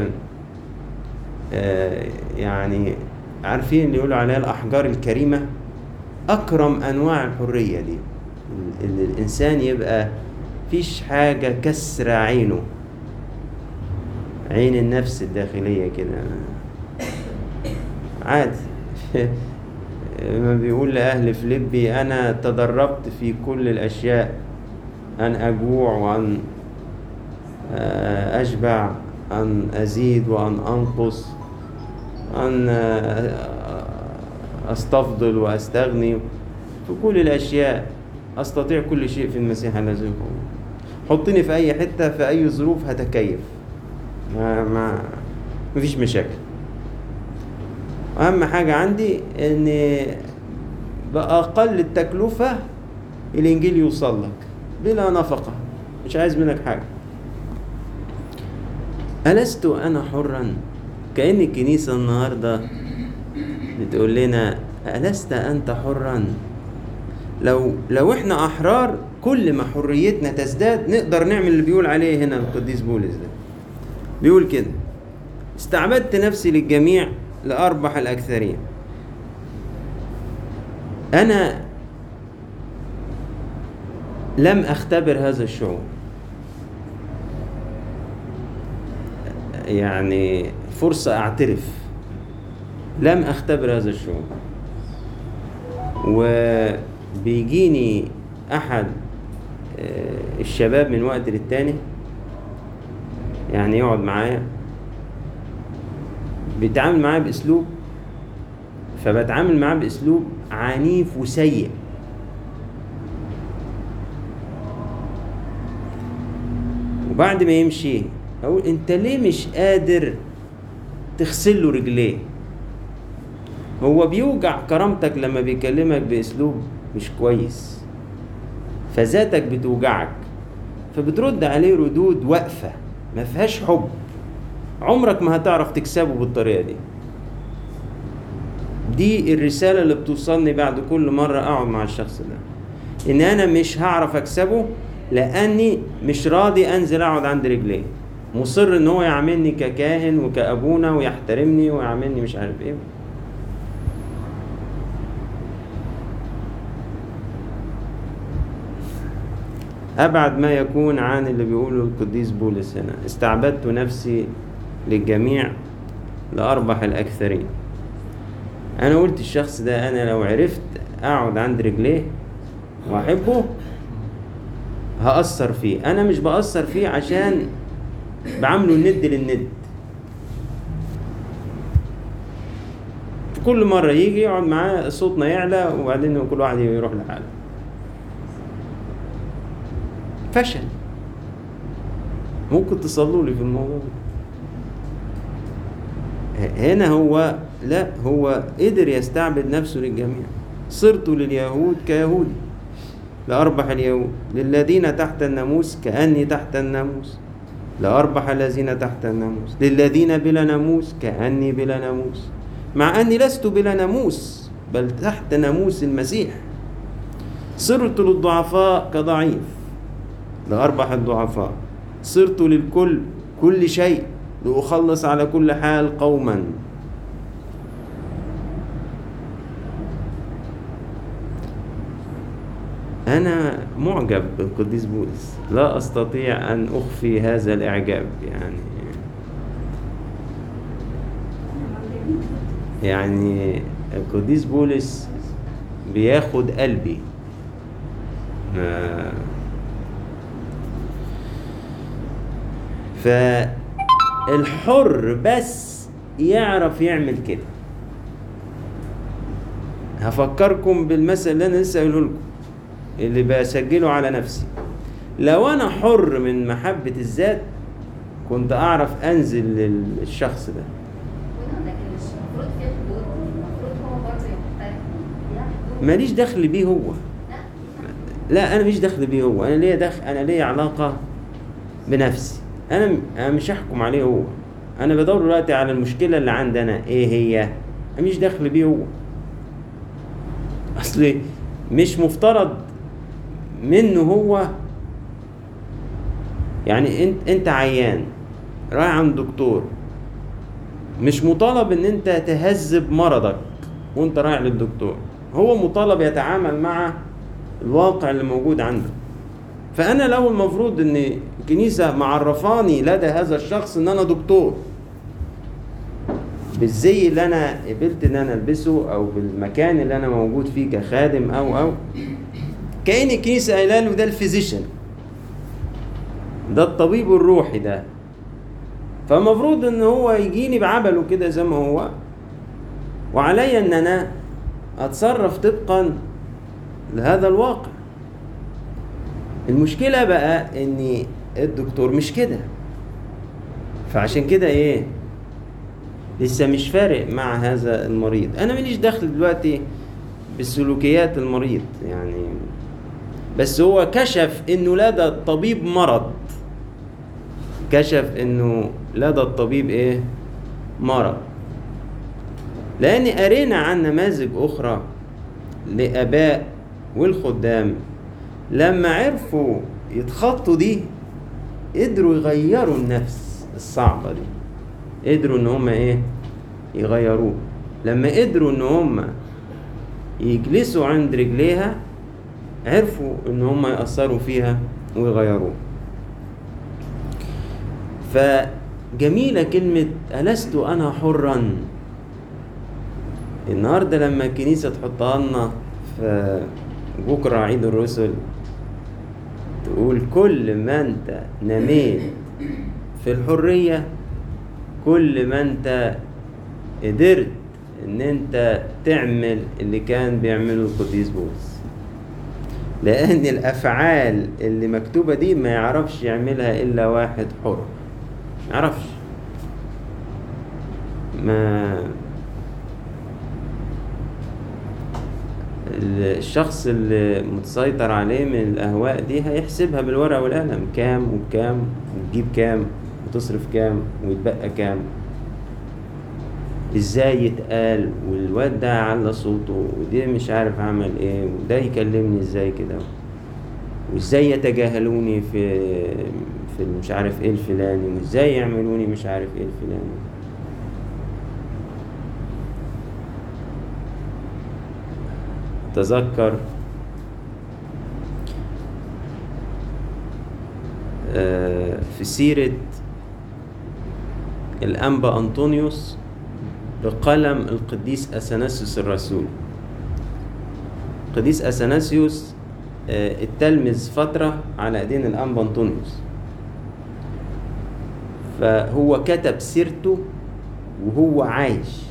آه يعني عارفين اللي يقولوا عليها الأحجار الكريمة. أكرم أنواع الحرية دي اللي الإنسان يبقى فيش حاجة كسر عينه، عين النفس الداخلية كده عادي. ما بيقول لأهل فيليبي أنا تدربت في كل الأشياء، أن أجوع وأن أشبع، أن أزيد وأن أنقص، أن أستفضل وأستغني، في كل الأشياء أستطيع كل شيء في المسيح الذي يقوم. حطني في أي حتة في أي ظروف هتكيف، ما ما مفيش مشاكل. أهم حاجة عندي إن بأقل التكلفة الإنجيل يوصل لك بلا نفقة، مش عايز منك حاجة. ألست أنا حرا؟ كأن الكنيسة النهاردة بتقول لنا ألست أنت حرا؟ لو لو إحنا أحرار كل ما حريتنا تزداد نقدر نعمل اللي بيقول عليه هنا القديس بولس ده. بيقول كده: استعبدت نفسي للجميع لأربح الأكثرين. أنا لم أختبر هذا الشعور، يعني فرصة أعترف لم أختبر هذا الشعور. وبيجيني أحد الشباب من وقت للتاني يعني يقعد معايا، بيتعامل معايا بأسلوب، فبتعامل معاه بأسلوب عنيف وسيء. وبعد ما يمشي أقول أنت ليه مش قادر تغسل له رجليه؟ هو بيوجع كرامتك لما بيكلمك بأسلوب مش كويس، فذاتك بتوجعك، فبترد عليه ردود واقفة ما فيهاش حب. عمرك ما هتعرف تكسبه بالطريقة دي. دي الرسالة اللي بتوصلني بعد كل مرة أقعد مع الشخص ده، إن أنا مش هعرف أكسبه لأني مش راضي أنزل أقعد عند رجليه، مصر إن هو يعاملني ككاهن وكأبونا ويحترمني ويعاملني مش عارف إيه. أبعد ما يكون عن اللي بيقوله القديس بولس هنا: استعبدت نفسي للجميع لأربح الأكثرين. أنا قلت الشخص ده أنا لو عرفت أقعد عند رجليه وأحبه هأثر فيه. أنا مش بأثر فيه عشان بعمله الند للند. كل مرة يجي يقعد معاه صوتنا يعلى وبعدين كل واحد يروح لحاله. فشل. ممكن تصلوا لي في الموضوع ده. هنا هو لا، هو قدر يستعبد نفسه للجميع. صرت لليهود كيهودي لأربح اليهود، للذين تحت الناموس كأني تحت الناموس لأربح الذين تحت الناموس، للذين بلا ناموس كأني بلا ناموس، مع أني لست بلا ناموس بل تحت ناموس المسيح. صرت للضعفاء كضعيف لأربح الضعفاء، صرت للكل كل شيء لأخلص على كل حال قوما. أنا معجب بالقديس بولس، لا أستطيع أن أخفي هذا الإعجاب. يعني يعني القديس بولس بياخد قلبي. آه، فالحر بس يعرف يعمل كده. هفكركم بالمثل اللي أنا لسه قايله لكم، اللي بسجله على نفسي. لو أنا حر من محبة الذات كنت أعرف أنزل للشخص ده. لكن مش المفروض في حدود، المفروض هو برضه يحترم ليها حدود. ماليش دخل بيه هو. لا لا أنا مش دخل بيه هو، أنا ليا دخل، أنا ليا علاقة بنفسي. أنا م- أنا مش هحكم عليه هو. أنا بدور دلوقتي على المشكلة اللي عندنا إيه هي. أنا مش دخل بيه هو. أصلي مش مفترض منه هو. يعني انت انت عيان رايح عند دكتور، مش مطالب ان انت تهذب مرضك وانت رايح للدكتور. هو مطالب يتعامل مع الواقع اللي موجود عنده. فانا لو المفروض ان الكنيسة معرفاني لدى هذا الشخص ان انا دكتور بالزي اللي انا قبلت ان انا البسه، او بالمكان اللي انا موجود فيه كخادم، او او كأن الكنيسة قايله له ده الفيزيشن، ده الطبيب الروحي ده. فالمفروض ان هو يجيني بعبله كده زي ما هو، وعليا ان انا اتصرف طبقا لهذا الواقع. المشكلة بقى ان الدكتور مش كده، فعشان كده ايه، لسه مش فارق مع هذا المريض. انا ماليش دخل دلوقتي بسلوكيات المريض يعني، بس هو كشف انه لدى الطبيب مرض، كشف انه لدى الطبيب ايه، مرض. لان قرينا عن نماذج اخرى لاباء والخدام لما عرفوا يتخطوا دي قدروا يغيروا النفس الصعبة دي، قدروا ان هم ايه، يغيروه. لما قدروا ان هم يجلسوا عند رجليها عرفوا ان هم يأثروا فيها ويغيروه. فجميلة كلمة ألست أنا حرا. النهاردة لما الكنيسة تحطها لنا في بكرة عيد الرسل، تقول كل ما انت نميت في الحرية، كل ما انت قدرت ان انت تعمل اللي كان بيعمله القديس بولس. لأن الأفعال اللي مكتوبة دي ما يعرفش يعملها إلا واحد حر، ما يعرفش. ما الشخص اللي متسيطر عليه من الأهواء دي هيحسبها بالورقة والقلم، كام وبكام، وتجيب كام وتصرف كام ويتبقى كام، ازاي يتقال، والواد ده على صوته، ودي مش عارف عمل ايه، وده يكلمني ازاي كده، وازاي يتجاهلوني في في مش عارف ايه الفلاني، وازاي يعملوني مش عارف ايه الفلاني. تذكر في سيرة الأنبا أنطونيوس بقلم القديس أثناسيوس الرسول. القديس أثناسيوس التلمذ فترة على ايدين الأنبا أنطونيوس، فهو كتب سيرته وهو عايش،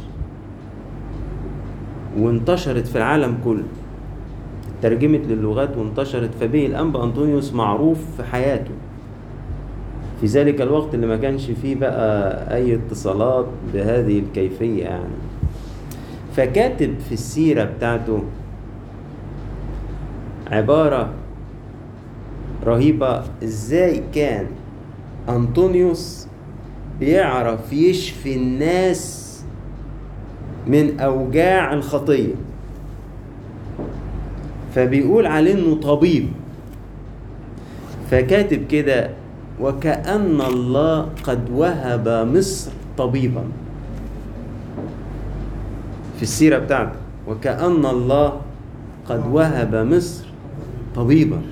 وانتشرت في العالم كله، ترجمت للغات وانتشرت. فبيه الأنبا أنطونيوس معروف في حياته في ذلك الوقت اللي ما كانش فيه بقى أي اتصالات بهذه الكيفية يعني. فكاتب في السيرة بتاعته عبارة رهيبة، ازاي كان أنطونيوس بيعرف يشفي الناس من أوجاع الخطية. فبيقول عليه إنه طبيب. فكاتب كده: وكأن الله قد وهب مصر طبيبا. في السيرة بتاعته: وكأن الله قد وهب مصر طبيبا،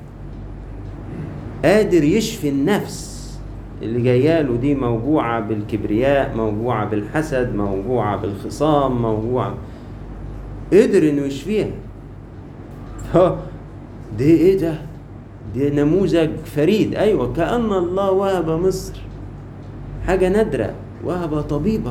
قادر يشفي النفس اللي جاياله دي، موجوعة بالكبرياء، موجوعة بالحسد، موجوعة بالخصام، موجوعة، قدر انه يشفيها. دي ايه ده؟ دي نموذج فريد. ايوه، كأن الله وهب مصر حاجة نادرة، وهب طبيبا.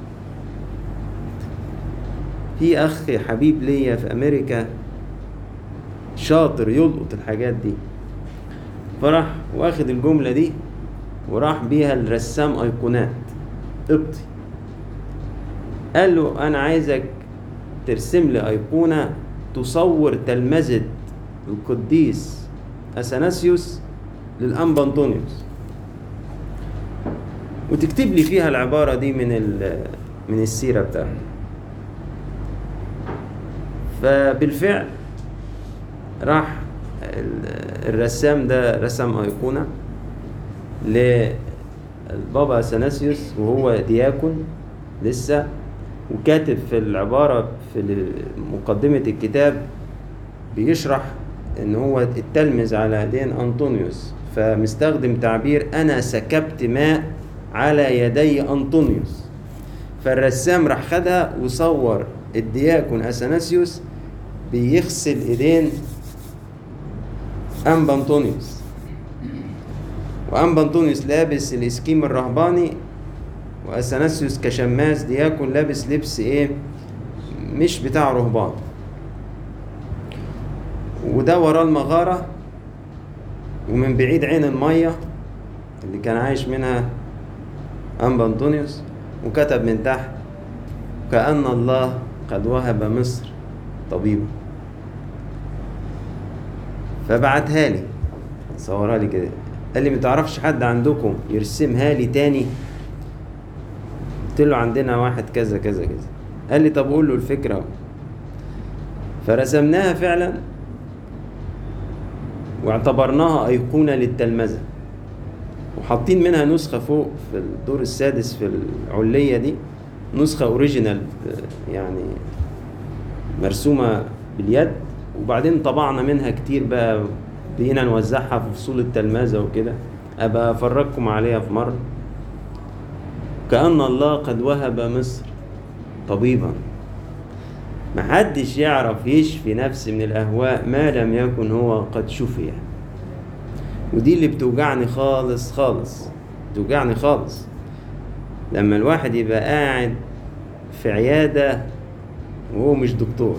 في اخ حبيب ليا في امريكا شاطر يلقط الحاجات دي، فراح واخد الجملة دي وراح بيها الرسام ايقونات قبطي، قال له انا عايزك ترسم لي ايقونة تصور تلمذة القديس اثناسيوس للانبا انطونيوس، وتكتب لي فيها العبارة دي من من السيرة بتاعته. فبالفعل راح الرسام ده رسم أيقونة للبابا اثناسيوس وهو دياكون لسه، وكاتب في العبارة في مقدمة الكتاب بيشرح ان هو التلمذ على يدين أنطونيوس، فمستخدم تعبير انا سكبت ماء على يدي أنطونيوس. فالرسام راح خدها وصور الدياكون اثناسيوس بيغسل ايدين أنبا أنطونيوس، وأنبا أنطونيوس لابس الإسكيم الرهباني، وأثناسيوس كشماس دياكون لابس لبس إيه مش بتاع رهبان، وده وراه المغارة، ومن بعيد عين المية اللي كان عايش منها أنبا أنطونيوس، وكتب من تحت كأن الله قد وهب مصر طبيبا. فبعتها لي، صورها لي كده، قال لي متعرفش حد عندكم يرسمها لي تاني؟ قلت له عندنا واحد كذا كذا كذا. قال لي طب قول له الفكرة. فرسمناها فعلا واعتبرناها أيقونة للتلمذة، وحاطين منها نسخة فوق في الدور السادس في العلية دي، نسخة أوريجينال يعني مرسومة باليد، وبعدين طبعنا منها كتير بقى، بقينا نوزعها في فصول التلمذة وكده، أبقى أفرجكم عليها في مرة. كأن الله قد وهب مصر طبيبا. محدش يعرف يشفي نفس من الأهواء ما لم يكن هو قد شفي. ودي اللي بتوجعني خالص خالص، بتوجعني خالص لما الواحد يبقى قاعد في عيادة وهو مش دكتور،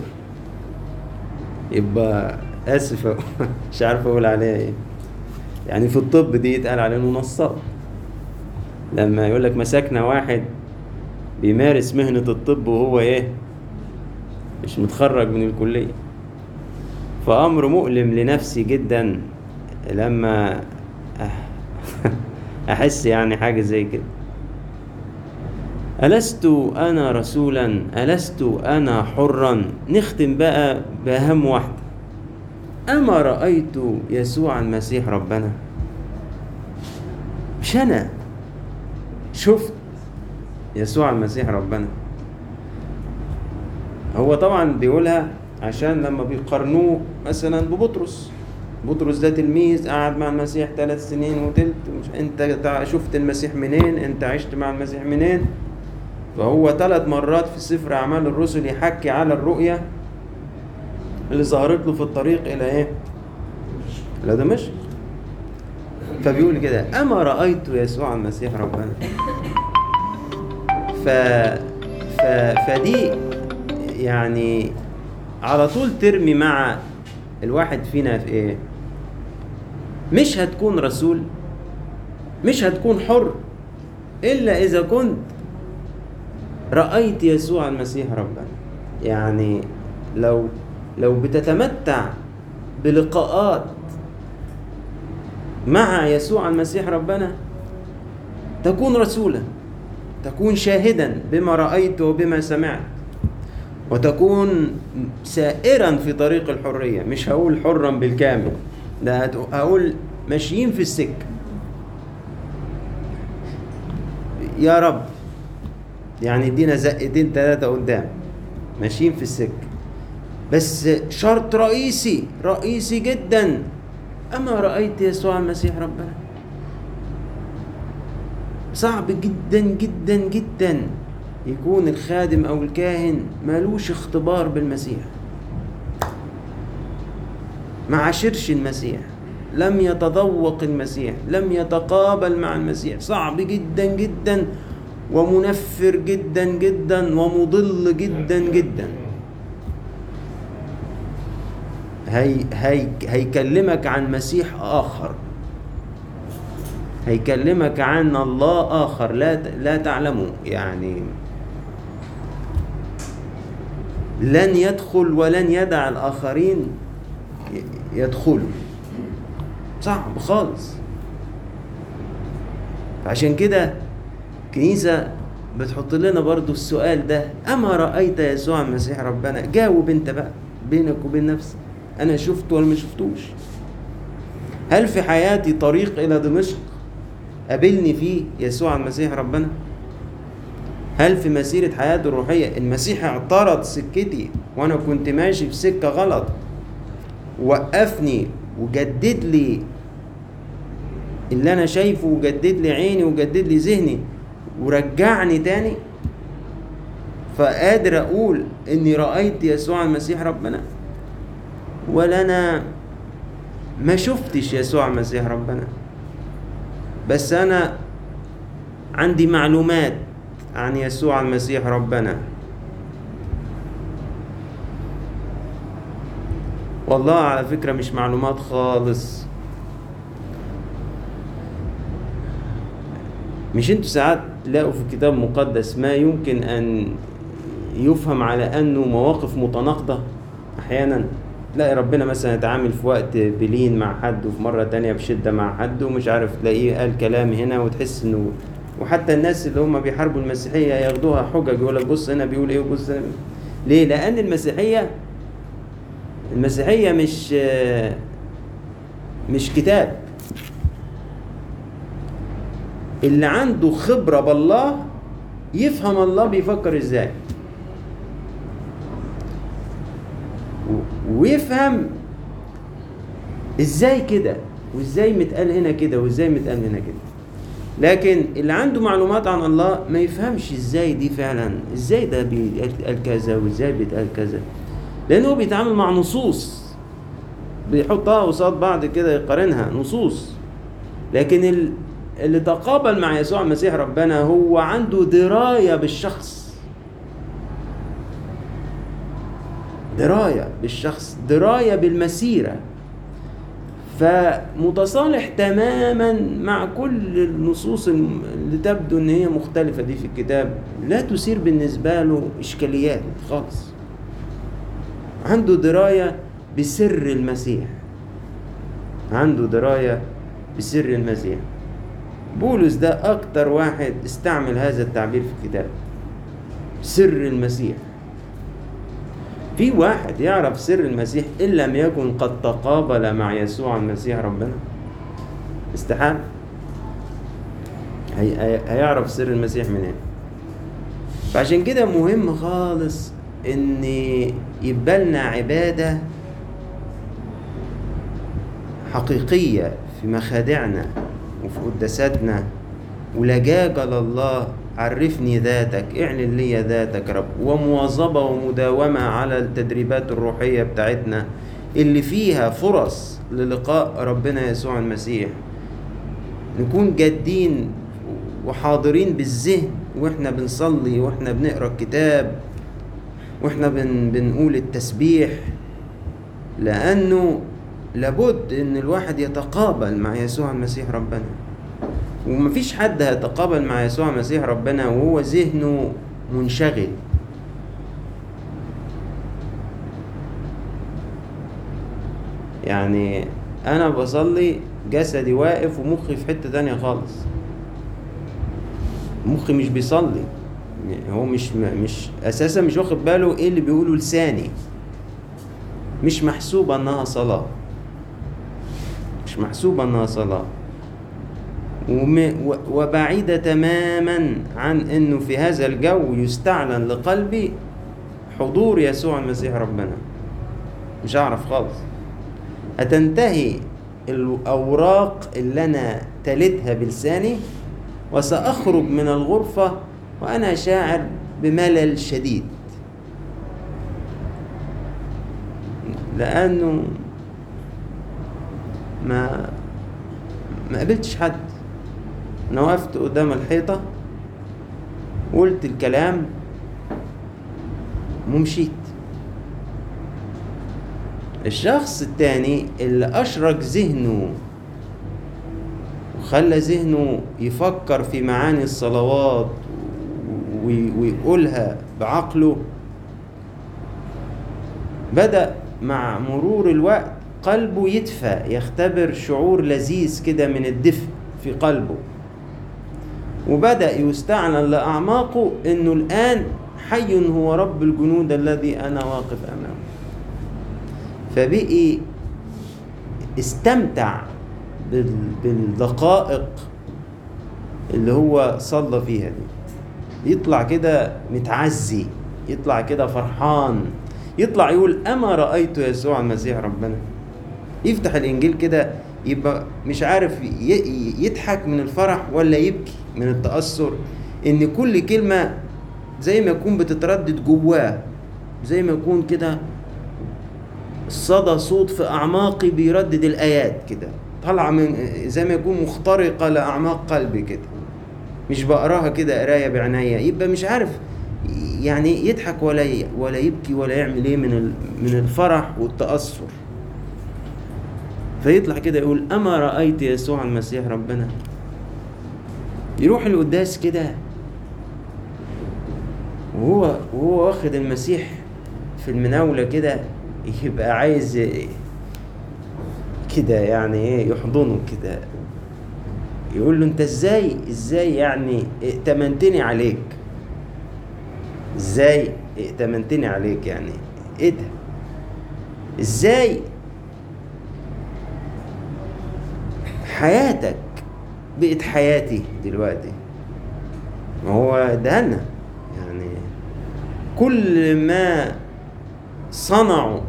يبقى آسف مش عارف أقول عليها إيه، يعني في الطب دي يتقال عليه إنه نصاب. لما يقول لك مسكنا واحد بيمارس مهنة الطب وهو إيه مش متخرج من الكلية. فأمر مؤلم لنفسي جدا لما أحس يعني حاجة زي كده. ألست أنا رسولا، ألست أنا حرا. نختم بقى بأهم واحدة، أما رأيت يسوع المسيح ربنا؟ مش أنا شفت يسوع المسيح ربنا. هو طبعا بيقولها عشان لما بيقارنوه مثلا ببطرس، بطرس ده تلميذ قعد مع المسيح ثلاث سنين وتلت، انت شفت المسيح منين؟ انت عشت مع المسيح منين؟ فهو ثلاث مرات في سفر أعمال الرسل يحكي على الرؤية اللي ظهرت له في الطريق إلى إيه؟ إلى دمشق. فبيقول كده أما رأيت يسوع المسيح ربنا. ف... ف... فدي يعني على طول ترمي مع الواحد فينا في إيه؟ مش هتكون رسول، مش هتكون حر إلا إذا كنت رأيت يسوع المسيح ربنا. يعني لو لو بتتمتع بلقاءات مع يسوع المسيح ربنا تكون رسولا، تكون شاهدا بما رأيت وبما سمعت، وتكون سائرا في طريق الحرية. مش هقول حرا بالكامل، ده هقول ماشيين في السكة. يا رب يعني ادينا زقتين ثلاثة قدام، ماشيين في السكة. بس شرط رئيسي رئيسي جدا: أما رأيت يسوع المسيح ربنا؟ صعب جدا جدا جدا يكون الخادم أو الكاهن مالوش اختبار بالمسيح، ما عاشرش المسيح، لم يتذوق المسيح، لم يتقابل مع المسيح. صعب جدا جدا ومنفر جدا جدا ومضل جدا جدا. هي هي هيكلمك عن مسيح آخر، هيكلمك عن الله آخر لا لا تعلمه، يعني لن يدخل ولن يدع الآخرين يدخلوا. صعب خالص. فعشان كده الكنيسة بتحط لنا برضو السؤال ده: أما رأيت يسوع المسيح ربنا؟ جاوب انت بقى بينك وبين نفسك، أنا شفته ولا ما شفتوش؟ هل في حياتي طريق إلى دمشق قابلني فيه يسوع المسيح ربنا؟ هل في مسيرة حياتي الروحية المسيح اعترض سكتي وأنا كنت ماشي في سكة غلط، وقفني وجدد لي اللي أنا شايفه، وجدد لي عيني، وجدد لي ذهني، ورجعني تاني، فقادر أقول إني رأيت يسوع المسيح ربنا؟ ولا أنا ما شفتش يسوع المسيح ربنا، بس أنا عندي معلومات عن يسوع المسيح ربنا؟ والله على فكرة مش معلومات خالص. مش انتوا ساعات تلاقوا في الكتاب المقدس ما يمكن أن يفهم على أنه مواقف متناقضة؟ أحيانا تلاقي ربنا مثلا يتعامل في وقت بلين مع حد، وفي مرة تانية بشدة مع حد، ومش عارف تلاقيه قال كلام هنا وتحس انه، وحتى الناس اللي هم بيحاربوا المسيحية ياخدوها حجج، يقول لك بص هنا بيقول ايه وبص هنا. ليه؟ لأن المسيحية المسيحية مش مش كتاب. اللي عنده خبرة بالله يفهم الله بيفكر ازاي، ويفهم ازاي كده، وازاي متقال هنا كده، وازاي متقال هنا كده. لكن اللي عنده معلومات عن الله ما يفهمش ازاي دي فعلا، ازاي ده بيتقال كذا وازاي بيتقال كذا، لانه بيتعامل مع نصوص بيحطها قصاد بعض كده يقارنها نصوص. لكن اللي تقابل مع يسوع المسيح ربنا هو عنده دراية بالشخص، دراية بالشخص، دراية بالمسيرة، فمتصالح تماما مع كل النصوص اللي تبدو ان هي مختلفة دي في الكتاب، لا تثير بالنسبة له إشكاليات خالص. عنده دراية بسر المسيح، عنده دراية بسر المسيح. بولس ده أكتر واحد استعمل هذا التعبير في الكتاب، سر المسيح. في واحد يعرف سر المسيح إن لم يكن قد تقابل مع يسوع المسيح ربنا؟ استحال. هي هيعرف سر المسيح منين؟ فعشان كده مهم خالص إن يبقى لنا عبادة حقيقية في مخادعنا وفي قداساتنا، ولجاجة لله. عرفني ذاتك، اعلن لي ذاتك رب، ومواظبة ومداومة على التدريبات الروحية بتاعتنا اللي فيها فرص للقاء ربنا يسوع المسيح. نكون جادين وحاضرين بالذهن واحنا بنصلي، واحنا بنقرأ الكتاب، واحنا بن بنقول التسبيح، لأنه لابد ان الواحد يتقابل مع يسوع المسيح ربنا. ومفيش حد هيتقابل مع يسوع المسيح ربنا وهو ذهنه منشغل. يعني انا بصلي جسدي واقف ومخي في حتة تانية خالص، مخي مش بيصلي، هو مش مش اساسا مش واخد باله ايه اللي بيقوله لساني، مش محسوبة انها صلاة، مش محسوبة انها صلاة، وبعيدة تماما عن انه في هذا الجو يستعلن لقلبي حضور يسوع المسيح ربنا. مش هعرف خالص. هتنتهي الأوراق اللي أنا تلتها بلساني، وسأخرج من الغرفة وأنا شاعر بملل شديد، لأنه ما ما قابلتش حد. أنا وقفت قدام الحيطة وقلت الكلام ومشيت. الشخص التاني اللي أشرك ذهنه وخلى ذهنه يفكر في معاني الصلوات ويقولها بعقله، بدأ مع مرور الوقت قلبه يدفى، يختبر شعور لذيذ كده من الدفء في قلبه، وبدأ يستعلن لأعماقه إنه الآن حي هو رب الجنود الذي أنا واقف أمامه. فبقي استمتع بالدقائق اللي هو صلى فيها دي، يطلع كده متعزي، يطلع كده فرحان، يطلع يقول أما رأيت يسوع المسيح ربنا. يفتح الإنجيل كده يبقى مش عارف يضحك من الفرح ولا يبكي من التأثر، إن كل كلمة زي ما يكون بتتردد جواه، زي ما يكون كده صدى صوت في أعماقي بيردد الآيات كده، طالعة من زي ما يكون مخترقة لأعماق قلبي كده، مش بقراها كده قراية بعناية. يبقى مش عارف يعني يضحك ولا ولا يبكي ولا يعمل ايه من من الفرح والتأثر. فيطلع كده يقول أما رأيت يسوع المسيح ربنا. يروح القداس كده وهو وهو واخد المسيح في المناولة كده، يبقى عايز كده يعني ايه يحضنه كده، يقول له انت ازاي ازاي يعني ائتمنتني عليك، ازاي ائتمنتني عليك، يعني ايه ده، ازاي حياتك بقت حياتي دلوقتي. ما هو دهنا يعني كل ما صنعوا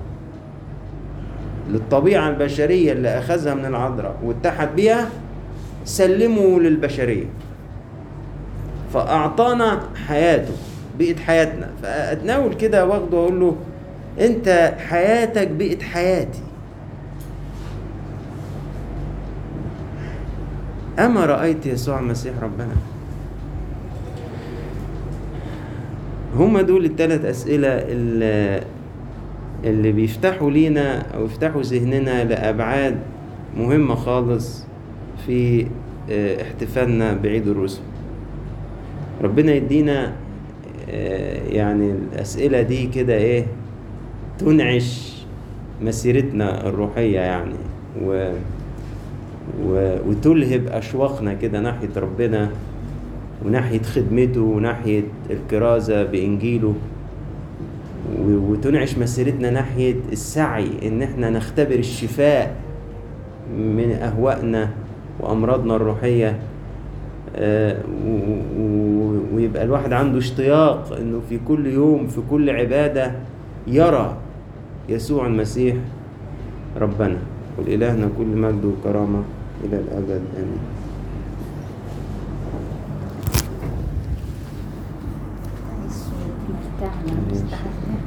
للطبيعة البشرية اللي أخذها من العذراء واتحد بيها سلموا للبشرية، فأعطانا حياته بقت حياتنا. فأتناول كده واخده وأقول له أنت حياتك بقت حياتي. أما رأيت يسوع المسيح ربنا. هم دول الثلاث أسئلة اللي, اللي بيفتحوا لينا أو يفتحوا ذهننا لأبعاد مهمة خالص في احتفالنا بعيد الرسل. ربنا يدينا يعني الأسئلة دي كده إيه تنعش مسيرتنا الروحية يعني و وتلهب أشواقنا كده ناحية ربنا وناحية خدمته وناحية الكرازة بإنجيله، وتنعش مسيرتنا ناحية السعي إن احنا نختبر الشفاء من أهوائنا وأمراضنا الروحية، ويبقى الواحد عنده اشتياق إنه في كل يوم في كل عبادة يرى يسوع المسيح ربنا. ولإلهنا كل مجد وكرامة إلى الأبد آمين. مستعمل مستعمل